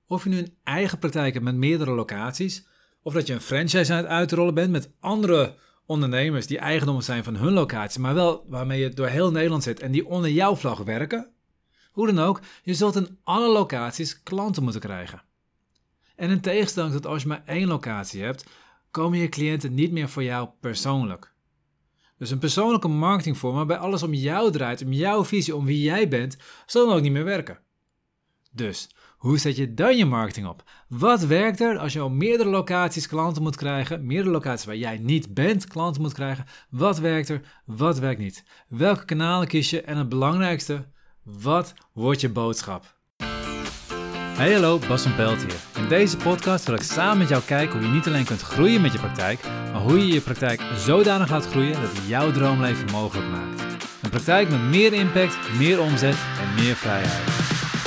Of je nu een eigen praktijk hebt met meerdere locaties, of dat je een franchise aan het uitrollen bent met andere ondernemers die eigendom zijn van hun locatie, maar wel waarmee je door heel Nederland zit en die onder jouw vlag werken. Hoe dan ook, je zult in alle locaties klanten moeten krijgen. En in tegenstelling tot als je maar één locatie hebt, komen je cliënten niet meer voor jou persoonlijk. Dus een persoonlijke marketingvorm waarbij alles om jou draait, om jouw visie, om wie jij bent, zal dan ook niet meer werken. Dus, hoe zet je dan je marketing op? Wat werkt er als je op meerdere locaties klanten moet krijgen, meerdere locaties waar jij niet bent klanten moet krijgen? Wat werkt er, wat werkt niet? Welke kanalen kies je? En het belangrijkste, wat wordt je boodschap? Hey hallo, Bas van Pelt hier. In deze podcast wil ik samen met jou kijken hoe je niet alleen kunt groeien met je praktijk, maar hoe je je praktijk zodanig laat groeien dat het jouw droomleven mogelijk maakt. Een praktijk met meer impact, meer omzet en meer vrijheid.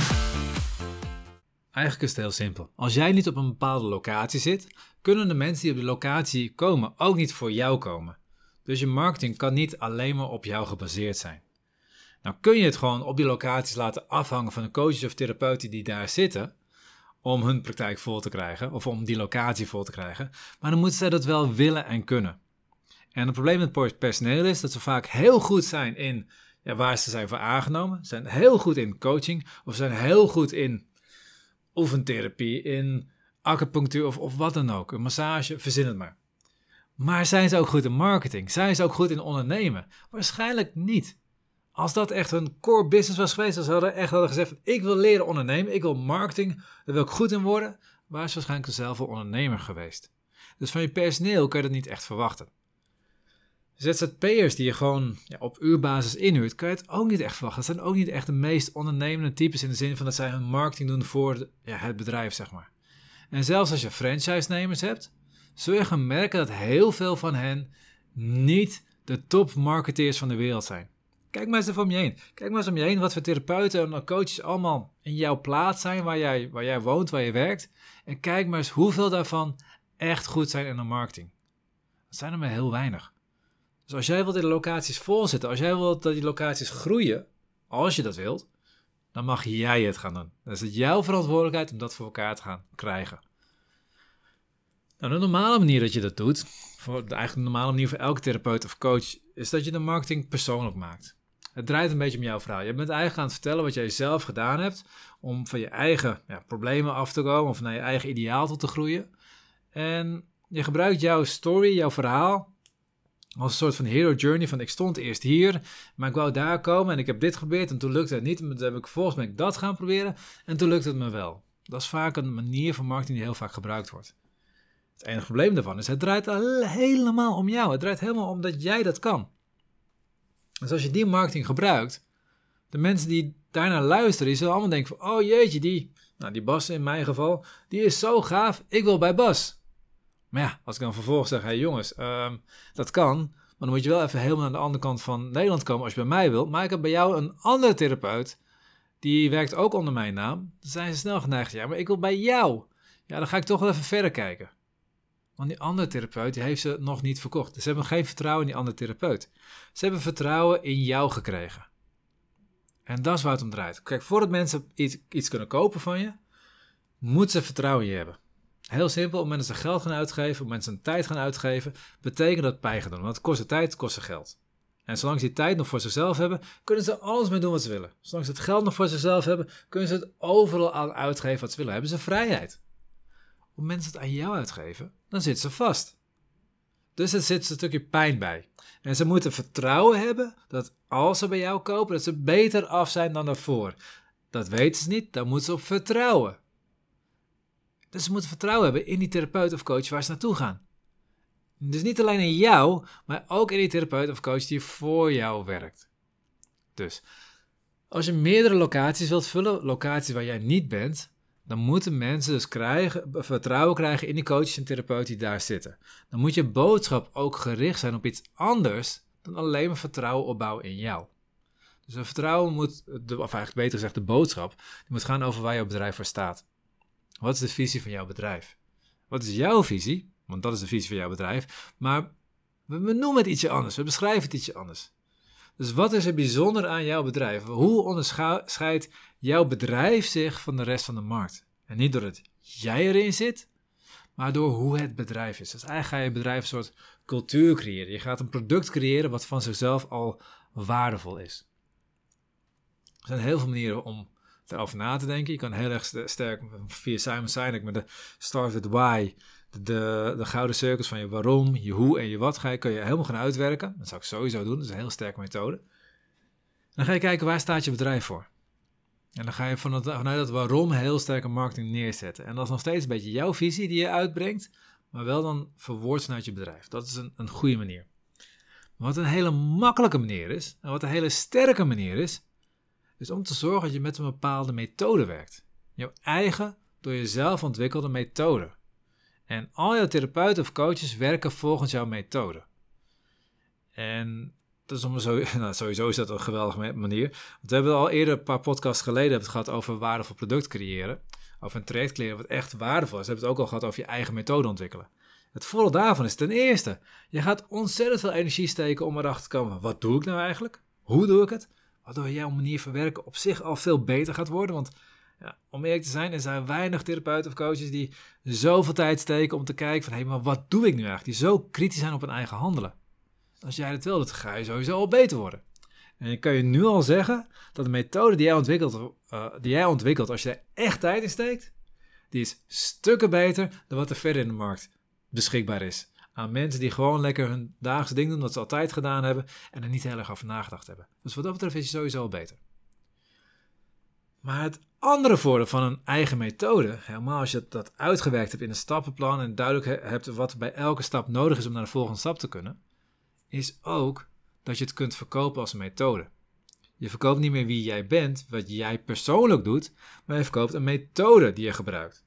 Eigenlijk is het heel simpel. Als jij niet op een bepaalde locatie zit, kunnen de mensen die op de locatie komen ook niet voor jou komen. Dus je marketing kan niet alleen maar op jou gebaseerd zijn. Nou kun je het gewoon op die locaties laten afhangen van de coaches of therapeuten die daar zitten, om hun praktijk vol te krijgen, of om die locatie vol te krijgen. Maar dan moeten zij dat wel willen en kunnen. En het probleem met het personeel is dat ze vaak heel goed zijn in waar ze zijn voor aangenomen. Ze zijn heel goed in coaching, of ze zijn heel goed in oefentherapie, in acupunctuur of wat dan ook. Een massage, verzin het maar. Maar zijn ze ook goed in marketing? Zijn ze ook goed in ondernemen? Waarschijnlijk niet. Als dat echt een core business was geweest, dan zouden ze echt hadden gezegd, ik wil leren ondernemen, ik wil marketing, daar wil ik goed in worden, waren ze waarschijnlijk zelf wel ondernemer geweest. Dus van je personeel kan je dat niet echt verwachten. ZZP'ers die je gewoon op uurbasis inhuurt, kan je het ook niet echt verwachten. Dat zijn ook niet echt de meest ondernemende types in de zin van dat zij hun marketing doen voor het bedrijf, zeg maar. En zelfs als je franchise-nemers hebt, zul je gaan merken dat heel veel van hen niet de topmarketeers van de wereld zijn. Kijk maar eens even om je heen. Kijk maar eens om je heen wat voor therapeuten en coaches allemaal in jouw plaats zijn, waar jij woont, waar je werkt. En kijk maar eens hoeveel daarvan echt goed zijn in de marketing. Dat zijn er maar heel weinig. Dus als jij wilt in de locaties vol zitten, als jij wilt dat die locaties groeien, als je dat wilt, dan mag jij het gaan doen. Dan is het jouw verantwoordelijkheid om dat voor elkaar te gaan krijgen. Nou, de normale manier dat je dat doet, eigenlijk de normale manier voor elke therapeut of coach, is dat je de marketing persoonlijk maakt. Het draait een beetje om jouw verhaal. Je bent eigenlijk aan het vertellen wat jij zelf gedaan hebt om van je eigen problemen af te komen of naar je eigen ideaal toe te groeien. En je gebruikt jouw story, jouw verhaal, als een soort van hero journey van ik stond eerst hier, maar ik wou daar komen en ik heb dit geprobeerd en toen lukte het niet. En toen heb ik vervolgens ben ik dat gaan proberen en toen lukt het me wel. Dat is vaak een manier van marketing die heel vaak gebruikt wordt. Het enige probleem daarvan is, het draait helemaal om jou. Het draait helemaal om dat jij dat kan. Dus als je die marketing gebruikt, de mensen die daarnaar luisteren, die zullen allemaal denken van, oh jeetje, die Bas in mijn geval, die is zo gaaf, ik wil bij Bas. Maar ja, als ik dan vervolgens zeg, hey jongens, dat kan, maar dan moet je wel even helemaal aan de andere kant van Nederland komen als je bij mij wilt. Maar ik heb bij jou een andere therapeut, die werkt ook onder mijn naam. Dan zijn ze snel geneigd, ja, maar ik wil bij jou. Ja, dan ga ik toch wel even verder kijken. Want die andere therapeut, die heeft ze nog niet verkocht. Dus ze hebben geen vertrouwen in die andere therapeut. Ze hebben vertrouwen in jou gekregen. En dat is waar het om draait. Kijk, voordat mensen iets kunnen kopen van je, moeten ze vertrouwen in je hebben. Heel simpel, op het moment dat ze geld gaan uitgeven, op het moment dat ze tijd gaan uitgeven, betekent dat pijn gaan doen. Want het kost tijd, het kost geld. En zolang ze die tijd nog voor zichzelf hebben, kunnen ze alles mee doen wat ze willen. Zolang ze het geld nog voor zichzelf hebben, kunnen ze het overal aan uitgeven wat ze willen. Hebben ze vrijheid. Op het moment dat ze het aan jou uitgeven, dan zitten ze vast. Dus er zit een stukje pijn bij. En ze moeten vertrouwen hebben dat als ze bij jou kopen, dat ze beter af zijn dan daarvoor. Dat weten ze niet, daar moeten ze op vertrouwen. Dus ze moeten vertrouwen hebben in die therapeut of coach waar ze naartoe gaan. Dus niet alleen in jou, maar ook in die therapeut of coach die voor jou werkt. Dus als je meerdere locaties wilt vullen, locaties waar jij niet bent, dan moeten mensen dus vertrouwen krijgen in die coaches en therapeuten die daar zitten. Dan moet je boodschap ook gericht zijn op iets anders dan alleen maar vertrouwen opbouwen in jou. Dus een vertrouwen moet, of eigenlijk beter gezegd de boodschap, die moet gaan over waar jouw bedrijf voor staat. Wat is de visie van jouw bedrijf? Wat is jouw visie? Want dat is de visie van jouw bedrijf. Maar we noemen het ietsje anders, we beschrijven het ietsje anders. Dus wat is er bijzonder aan jouw bedrijf? Hoe onderscheidt jouw bedrijf zich van de rest van de markt? En niet doordat jij erin zit, maar door hoe het bedrijf is. Dus eigenlijk ga je bedrijf een soort cultuur creëren. Je gaat een product creëren wat van zichzelf al waardevol is. Er zijn heel veel manieren om erover na te denken. Je kan heel erg sterk via Simon Sinek met de Start with Why, de gouden cirkels van je waarom, je hoe en je wat kun je helemaal gaan uitwerken. Dat zou ik sowieso doen. Dat is een heel sterke methode. Dan ga je kijken, waar staat je bedrijf voor? En dan ga je vanuit dat waarom heel sterke marketing neerzetten. En dat is nog steeds een beetje jouw visie die je uitbrengt, maar wel dan verwoord vanuit je bedrijf. Dat is een goede manier. Maar wat een hele makkelijke manier is, en wat een hele sterke manier is om te zorgen dat je met een bepaalde methode werkt. Jouw eigen, door jezelf ontwikkelde methode. En al jouw therapeuten of coaches werken volgens jouw methode. En dat is sowieso is dat een geweldige manier. Want we hebben al eerder een paar podcasts geleden het gehad over waardevol product creëren. Over een traject creëren wat echt waardevol is. We hebben het ook al gehad over je eigen methode ontwikkelen. Het voordeel daarvan is ten eerste, je gaat ontzettend veel energie steken om erachter te komen. Wat doe ik nou eigenlijk? Hoe doe ik het? Waardoor jouw manier van werken op zich al veel beter gaat worden. Want ja, om eerlijk te zijn, er zijn weinig therapeuten of coaches die zoveel tijd steken om te kijken van, maar wat doe ik nu eigenlijk? Die zo kritisch zijn op hun eigen handelen. Als jij dat wil, dan ga je sowieso al beter worden. En ik kan je nu al zeggen dat de methode die jij ontwikkelt als je er echt tijd in steekt, die is stukken beter dan wat er verder in de markt beschikbaar is. Aan mensen die gewoon lekker hun dagelijkse ding doen, dat ze altijd gedaan hebben en er niet heel erg over nagedacht hebben. Dus wat dat betreft is je sowieso al beter. Maar het andere voordeel van een eigen methode, helemaal als je dat uitgewerkt hebt in een stappenplan en duidelijk hebt wat bij elke stap nodig is om naar de volgende stap te kunnen, is ook dat je het kunt verkopen als een methode. Je verkoopt niet meer wie jij bent, wat jij persoonlijk doet, maar je verkoopt een methode die je gebruikt.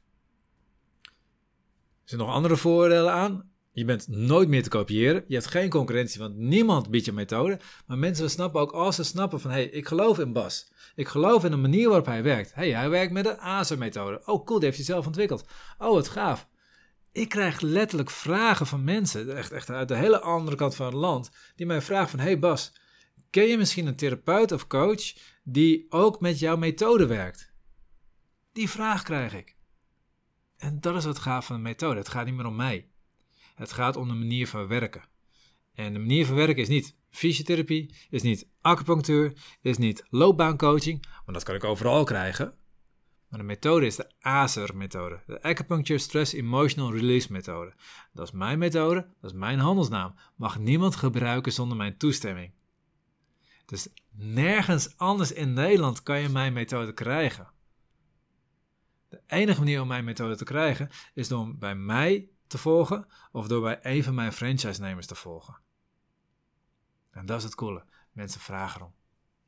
Er zijn nog andere voordelen aan. Je bent nooit meer te kopiëren. Je hebt geen concurrentie, want niemand biedt je methode. Maar mensen snappen ook, als ze snappen van, ik geloof in Bas. Ik geloof in de manier waarop hij werkt. Hij werkt met de ASER-methode. Oh, cool, die heeft hij zelf ontwikkeld. Oh, wat gaaf. Ik krijg letterlijk vragen van mensen, echt uit de hele andere kant van het land, die mij vragen van, Bas, ken je misschien een therapeut of coach die ook met jouw methode werkt? Die vraag krijg ik. En dat is wat gaaf van een methode. Het gaat niet meer om mij. Het gaat om de manier van werken. En de manier van werken is niet fysiotherapie, is niet acupunctuur, is niet loopbaancoaching, want dat kan ik overal krijgen. Maar de methode is de ASER-methode, de Acupuncture Stress Emotional Release methode. Dat is mijn methode, dat is mijn handelsnaam. Mag niemand gebruiken zonder mijn toestemming. Dus nergens anders in Nederland kan je mijn methode krijgen. De enige manier om mijn methode te krijgen is door bij mij te volgen of door bij een van mijn franchise-nemers te volgen. En dat is het coole. Mensen vragen erom.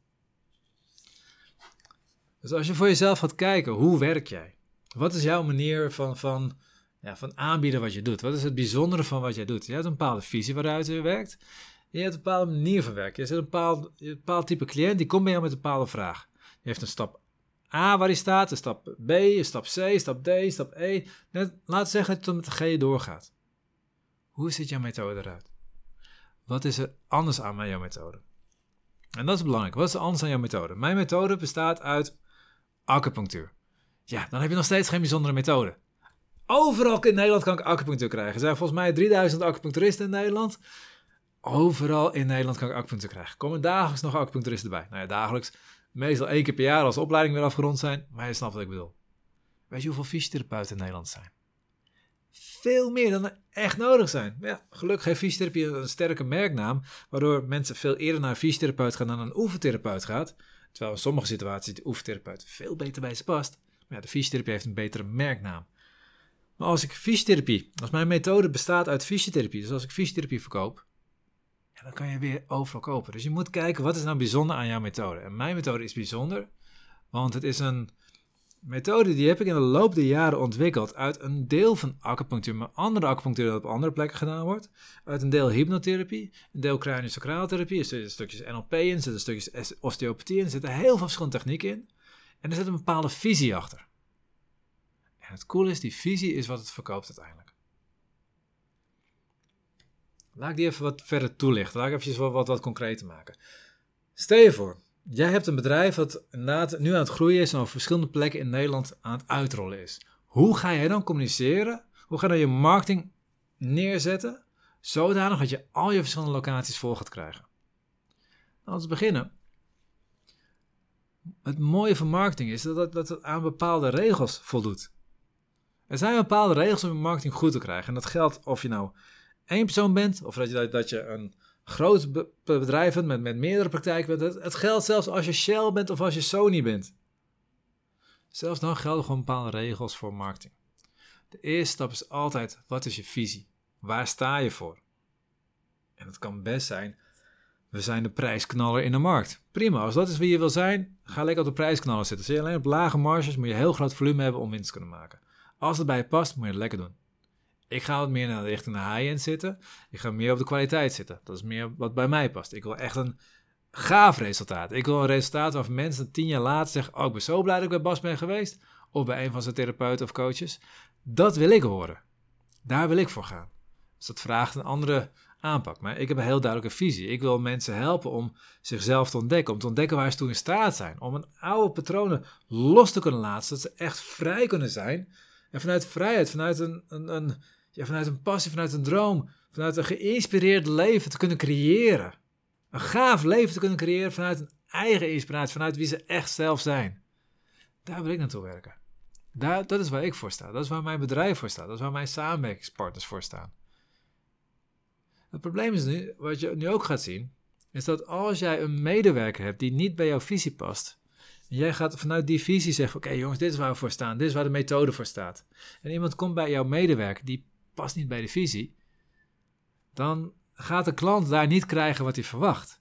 Dus als je voor jezelf gaat kijken, hoe werk jij? Wat is jouw manier van aanbieden wat je doet? Wat is het bijzondere van wat jij doet? Je hebt een bepaalde visie waaruit je werkt. Je hebt een bepaalde manier van werken. Je hebt een bepaald type cliënt, die komt bij jou met een bepaalde vraag. Je heeft een stap A waar hij staat, een stap B, een stap C, stap D, stap E. Laat zeggen dat je tot met de G doorgaat. Hoe ziet jouw methode eruit? Wat is er anders aan jouw methode? En dat is belangrijk. Wat is er anders aan jouw methode? Mijn methode bestaat uit acupunctuur. Ja, dan heb je nog steeds geen bijzondere methode. Overal in Nederland kan ik acupunctuur krijgen. Er zijn volgens mij 3000 acupuncturisten in Nederland. Overal in Nederland kan ik acupunctuur krijgen. Komen dagelijks nog acupuncturisten bij? Nou ja, dagelijks. Meestal 1 keer per jaar als de opleiding weer afgerond zijn. Maar je snapt wat ik bedoel. Weet je hoeveel fysiotherapeuten in Nederland zijn? Veel meer dan er echt nodig zijn. Ja, gelukkig heeft fysiotherapie een sterke merknaam, waardoor mensen veel eerder naar een fysiotherapeut gaan dan een oefentherapeut gaat. Terwijl in sommige situaties de oefentherapeut veel beter bij ze past. Maar ja, de fysiotherapie heeft een betere merknaam. Maar als mijn methode bestaat uit fysiotherapie, dus als ik fysiotherapie verkoop, ja, dan kan je weer overal kopen. Dus je moet kijken, wat is nou bijzonder aan jouw methode? En mijn methode is bijzonder, want het is een methode die heb ik in de loop der jaren ontwikkeld uit een deel van acupunctuur, maar andere acupunctuur dat op andere plekken gedaan wordt. Uit een deel hypnotherapie, een deel craniosacraaltherapie, er zitten stukjes NLP in, er zitten stukjes osteopathie in, er zitten heel veel verschillende technieken in. En er zit een bepaalde visie achter. En het coole is, die visie is wat het verkoopt uiteindelijk. Laat ik die even wat verder toelichten. Laat ik even wat concreter maken. Stel je voor, Jij hebt een bedrijf dat inderdaad nu aan het groeien is en op verschillende plekken in Nederland aan het uitrollen is. Hoe ga jij dan communiceren? Hoe ga je dan je marketing neerzetten, zodanig dat je al je verschillende locaties vol gaat krijgen? Nou, om te beginnen, het mooie van marketing is dat het aan bepaalde regels voldoet. Er zijn bepaalde regels om je marketing goed te krijgen. En dat geldt of je nou één persoon bent, of dat je een groot bedrijf bent met meerdere praktijken bent. Het geldt zelfs als je Shell bent of als je Sony bent. Zelfs dan gelden gewoon bepaalde regels voor marketing. De eerste stap is altijd, wat is je visie? Waar sta je voor? En het kan best zijn, we zijn de prijsknaller in de markt. Prima, als dat is wie je wil zijn, ga lekker op de prijsknaller zitten. Zie je alleen op lage marges, moet je heel groot volume hebben om winst te kunnen maken. Als het bij je past, moet je het lekker doen. Ik ga wat meer naar richting de high-end zitten. Ik ga meer op de kwaliteit zitten. Dat is meer wat bij mij past. Ik wil echt een gaaf resultaat. Ik wil een resultaat waarvan mensen 10 jaar later zeggen, oh, ik ben zo blij dat ik bij Bas ben geweest. Of bij een van zijn therapeuten of coaches. Dat wil ik horen. Daar wil ik voor gaan. Dus dat vraagt een andere aanpak. Maar ik heb een heel duidelijke visie. Ik wil mensen helpen om zichzelf te ontdekken. Om te ontdekken waar ze toe in staat zijn. Om een oude patronen los te kunnen laten. Zodat ze echt vrij kunnen zijn. En vanuit vrijheid, vanuit vanuit een passie, vanuit een droom. Vanuit een geïnspireerd leven te kunnen creëren. Een gaaf leven te kunnen creëren vanuit een eigen inspiratie. Vanuit wie ze echt zelf zijn. Daar wil ik naartoe werken. Dat is waar ik voor sta. Dat is waar mijn bedrijf voor staat. Dat is waar mijn samenwerkingspartners voor staan. Het probleem is nu, wat je nu ook gaat zien, is dat als jij een medewerker hebt die niet bij jouw visie past, en jij gaat vanuit die visie zeggen, oké, jongens, dit is waar we voor staan, dit is waar de methode voor staat. En iemand komt bij jouw medewerker, die past niet bij de visie, dan gaat de klant daar niet krijgen wat hij verwacht.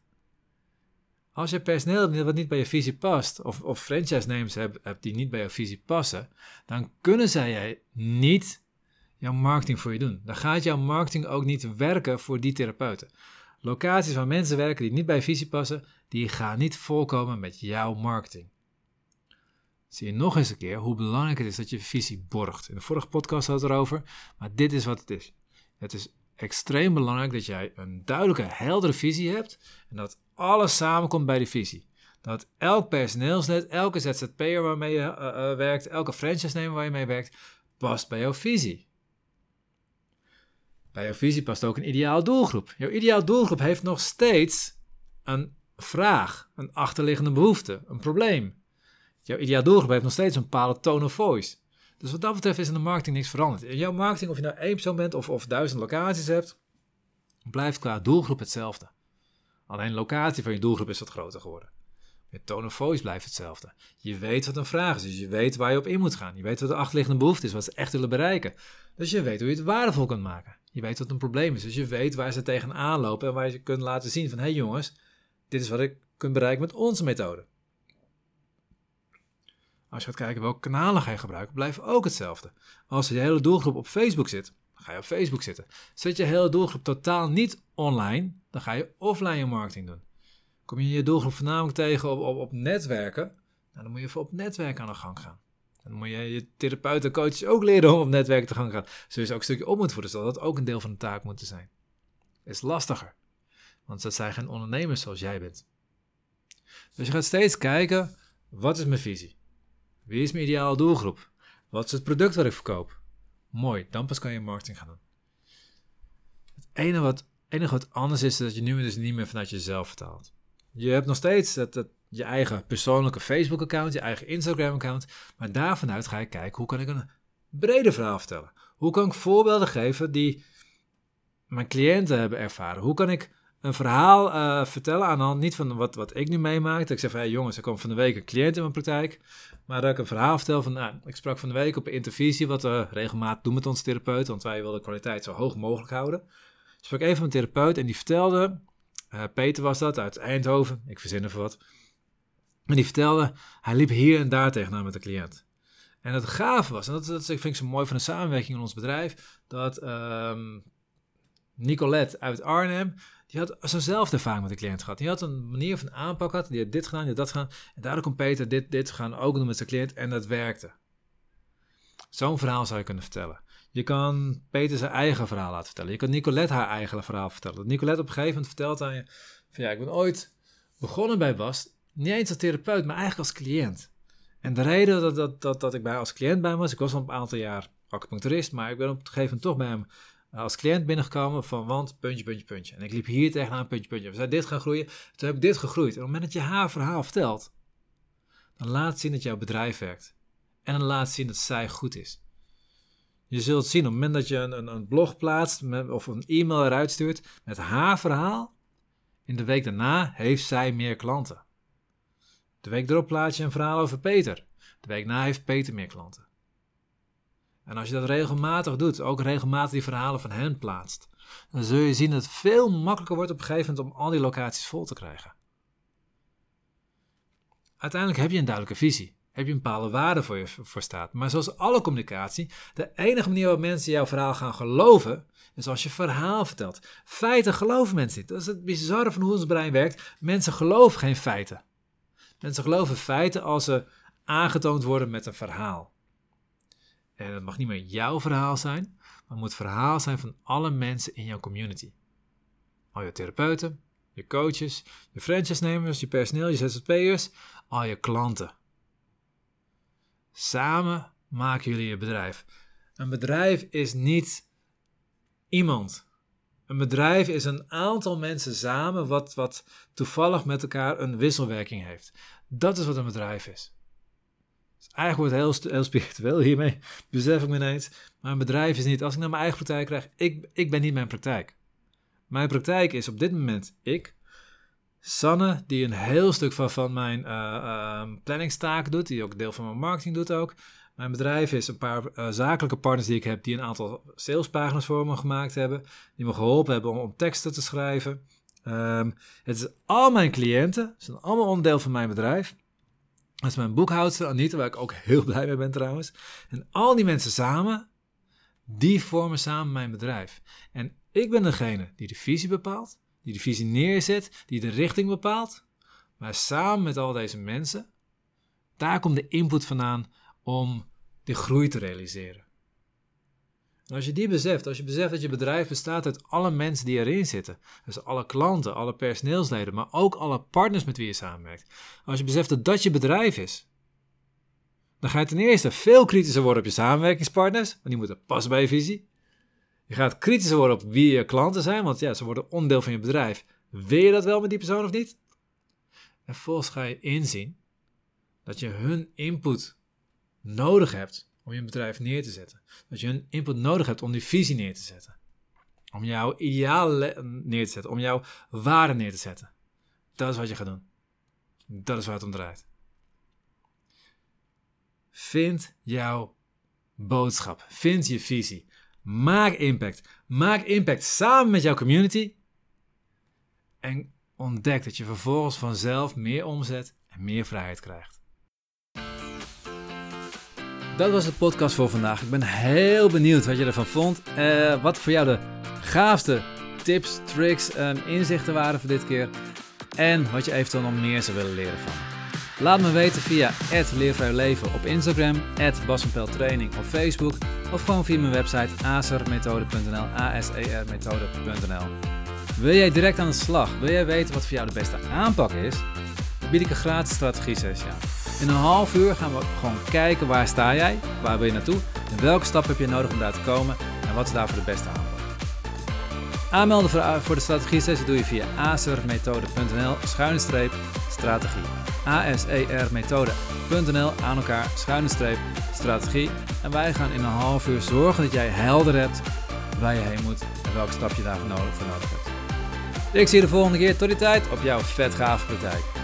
Als je personeel hebt wat niet bij je visie past, of franchise-nemers hebt die niet bij jouw visie passen, dan kunnen zij niet jouw marketing voor je doen. Dan gaat jouw marketing ook niet werken voor die therapeuten. Locaties waar mensen werken die niet bij je visie passen, die gaan niet volkomen met jouw marketing. Zie je nog eens een keer hoe belangrijk het is dat je visie borgt. In de vorige podcast had het erover, maar dit is wat het is. Het is extreem belangrijk dat jij een duidelijke, heldere visie hebt en dat alles samenkomt bij die visie. Dat elk personeelslid, elke ZZP'er waarmee je werkt, elke franchise-nemer waar je mee werkt, past bij jouw visie. Bij jouw visie past ook een ideaal doelgroep. Jouw ideaal doelgroep heeft nog steeds een vraag, een achterliggende behoefte, een probleem. Jouw ideaal doelgroep heeft nog steeds een bepaalde tone of voice. Dus wat dat betreft is in de marketing niks veranderd. In jouw marketing, of je nou 1 persoon bent of 1000 locaties hebt, blijft qua doelgroep hetzelfde. Alleen de locatie van je doelgroep is wat groter geworden. Je tone of voice blijft hetzelfde. Je weet wat een vraag is, dus je weet waar je op in moet gaan. Je weet wat de achterliggende behoefte is, wat ze echt willen bereiken. Dus je weet hoe je het waardevol kunt maken. Je weet wat een probleem is, dus je weet waar ze tegenaan lopen en waar je kunt laten zien van, hé jongens, dit is wat ik kunt bereiken met onze methode. Als je gaat kijken welke kanalen ga je gebruiken, blijft ook hetzelfde. Als je hele doelgroep op Facebook zit, dan ga je op Facebook zitten. Zet je hele doelgroep totaal niet online, dan ga je offline je marketing doen. Kom je je doelgroep voornamelijk tegen op netwerken, nou, dan moet je even op netwerken aan de gang gaan. Dan moet je therapeuten en coaches ook leren om op netwerken te gaan. Zul je ze ook een stukje op moeten voeden, zodat dat ook een deel van de taak moet zijn. Het is lastiger, want dat zijn geen ondernemers zoals jij bent. Dus je gaat steeds kijken, wat is mijn visie? Wie is mijn ideale doelgroep? Wat is het product wat ik verkoop? Mooi, dan pas kan je marketing gaan doen. Het enige wat anders is dat je nu dus niet meer vanuit jezelf vertaalt. Je hebt nog steeds je eigen persoonlijke Facebook-account, je eigen Instagram-account. Maar daarvanuit ga je kijken, hoe kan ik een breder verhaal vertellen? Hoe kan ik voorbeelden geven die mijn cliënten hebben ervaren? Hoe kan ik een verhaal vertellen aan de hand, niet van wat ik nu meemaak. Dat ik zeg van, hey jongens, er komt van de week een cliënt in mijn praktijk. Maar dat ik een verhaal vertel van, ik sprak van de week op een intervisie, wat we regelmatig doen met onze therapeut, want wij willen de kwaliteit zo hoog mogelijk houden. Ik sprak even met een therapeut en die vertelde, Peter was dat, uit Eindhoven, ik verzin even wat. En die vertelde, hij liep hier en daar tegenaan met de cliënt. En het gave was, en dat vind ik zo mooi van de samenwerking in ons bedrijf, dat Nicolette uit Arnhem, die had zo'nzelfde ervaring met de cliënt gehad. Die had een manier van aanpak gehad, die had dit gedaan, die had dat gedaan. En daardoor kon Peter dit gaan ook doen met zijn cliënt en dat werkte. Zo'n verhaal zou je kunnen vertellen. Je kan Peter zijn eigen verhaal laten vertellen. Je kan Nicolette haar eigen verhaal vertellen. Dat Nicolette op een gegeven moment vertelt aan je, van ja, ik ben ooit begonnen bij Bas. Niet eens als therapeut, maar eigenlijk als cliënt. En de reden dat ik als cliënt bij hem was, ik was al een aantal jaar acupuncturist, maar ik ben op een gegeven moment toch bij hem als cliënt binnengekomen van, want puntje. En ik liep hier tegenaan, puntje. We zijn dit gaan groeien, toen heb ik dit gegroeid. En op het moment dat je haar verhaal vertelt, dan laat zien dat jouw bedrijf werkt. En dan laat zien dat zij goed is. Je zult zien, op het moment dat je een blog plaatst of een e-mail eruit stuurt met haar verhaal, in de week daarna heeft zij meer klanten. De week erop plaats je een verhaal over Peter. De week na heeft Peter meer klanten. En als je dat regelmatig doet, ook regelmatig die verhalen van hen plaatst, dan zul je zien dat het veel makkelijker wordt op een gegeven moment om al die locaties vol te krijgen. Uiteindelijk heb je een duidelijke visie. Heb je een bepaalde waarde voor staat. Maar zoals alle communicatie, de enige manier waarop mensen jouw verhaal gaan geloven, is als je verhaal vertelt. Feiten geloven mensen niet. Dat is het bizarre van hoe ons brein werkt. Mensen geloven geen feiten. Mensen geloven feiten als ze aangetoond worden met een verhaal. En het mag niet meer jouw verhaal zijn, maar het moet het verhaal zijn van alle mensen in jouw community. Al je therapeuten, je coaches, je franchise-nemers, je personeel, je ZZP'ers, al je klanten. Samen maken jullie je bedrijf. Een bedrijf is niet iemand. Een bedrijf is een aantal mensen samen wat toevallig met elkaar een wisselwerking heeft. Dat is wat een bedrijf is. Dus eigenlijk wordt het heel spiritueel hiermee, besef ik me ineens. Maar een bedrijf is niet, als ik naar mijn eigen praktijk krijg, ik ben niet mijn praktijk. Mijn praktijk is op dit moment Sanne, die een heel stuk van mijn planningstaken doet, die ook deel van mijn marketing doet ook. Mijn bedrijf is een paar zakelijke partners die ik heb, die een aantal salespagina's voor me gemaakt hebben, die me geholpen hebben om teksten te schrijven. Het is al mijn cliënten, ze zijn allemaal onderdeel van mijn bedrijf. Dat is mijn boekhoudster Anita, waar ik ook heel blij mee ben trouwens. En al die mensen samen, die vormen samen mijn bedrijf. En ik ben degene die de visie bepaalt, die de visie neerzet, die de richting bepaalt. Maar samen met al deze mensen, daar komt de input vandaan om die groei te realiseren. En als je die beseft, als je beseft dat je bedrijf bestaat uit alle mensen die erin zitten, dus alle klanten, alle personeelsleden, maar ook alle partners met wie je samenwerkt. Als je beseft dat dat je bedrijf is, dan ga je ten eerste veel kritischer worden op je samenwerkingspartners, want die moeten passen bij je visie. Je gaat kritischer worden op wie je klanten zijn, want ja, ze worden onderdeel van je bedrijf. Wil je dat wel met die persoon of niet? En vervolgens ga je inzien dat je hun input nodig hebt om je bedrijf neer te zetten. Dat je hun input nodig hebt om die visie neer te zetten. Om jouw idealen neer te zetten. Om jouw waarden neer te zetten. Dat is wat je gaat doen. Dat is waar het om draait. Vind jouw boodschap. Vind je visie. Maak impact. Maak impact samen met jouw community. En ontdek dat je vervolgens vanzelf meer omzet en meer vrijheid krijgt. Dat was de podcast voor vandaag. Ik ben heel benieuwd wat je ervan vond. Wat voor jou de gaafste tips, tricks, inzichten waren voor dit keer. En wat je eventueel nog meer zou willen leren van me. Laat me weten via @leervrijleven op Instagram, @basvanpeltraining op Facebook. Of gewoon via mijn website asermethode.nl, asermethode.nl. Wil jij direct aan de slag? Wil jij weten wat voor jou de beste aanpak is? Dan bied ik een gratis strategie-sessie aan. In een half uur gaan we gewoon kijken waar sta jij, waar wil je naartoe en welke stap heb je nodig om daar te komen en wat is daarvoor de beste aanpak. Aanmelden voor de strategie-sessie doe je via asermethode.nl/strategie. asermethode.nl aan elkaar /strategie. En wij gaan in een half uur zorgen dat jij helder hebt waar je heen moet en welke stap je daarvoor nodig hebt. Ik zie je de volgende keer. Tot die tijd op jouw vet gave praktijk.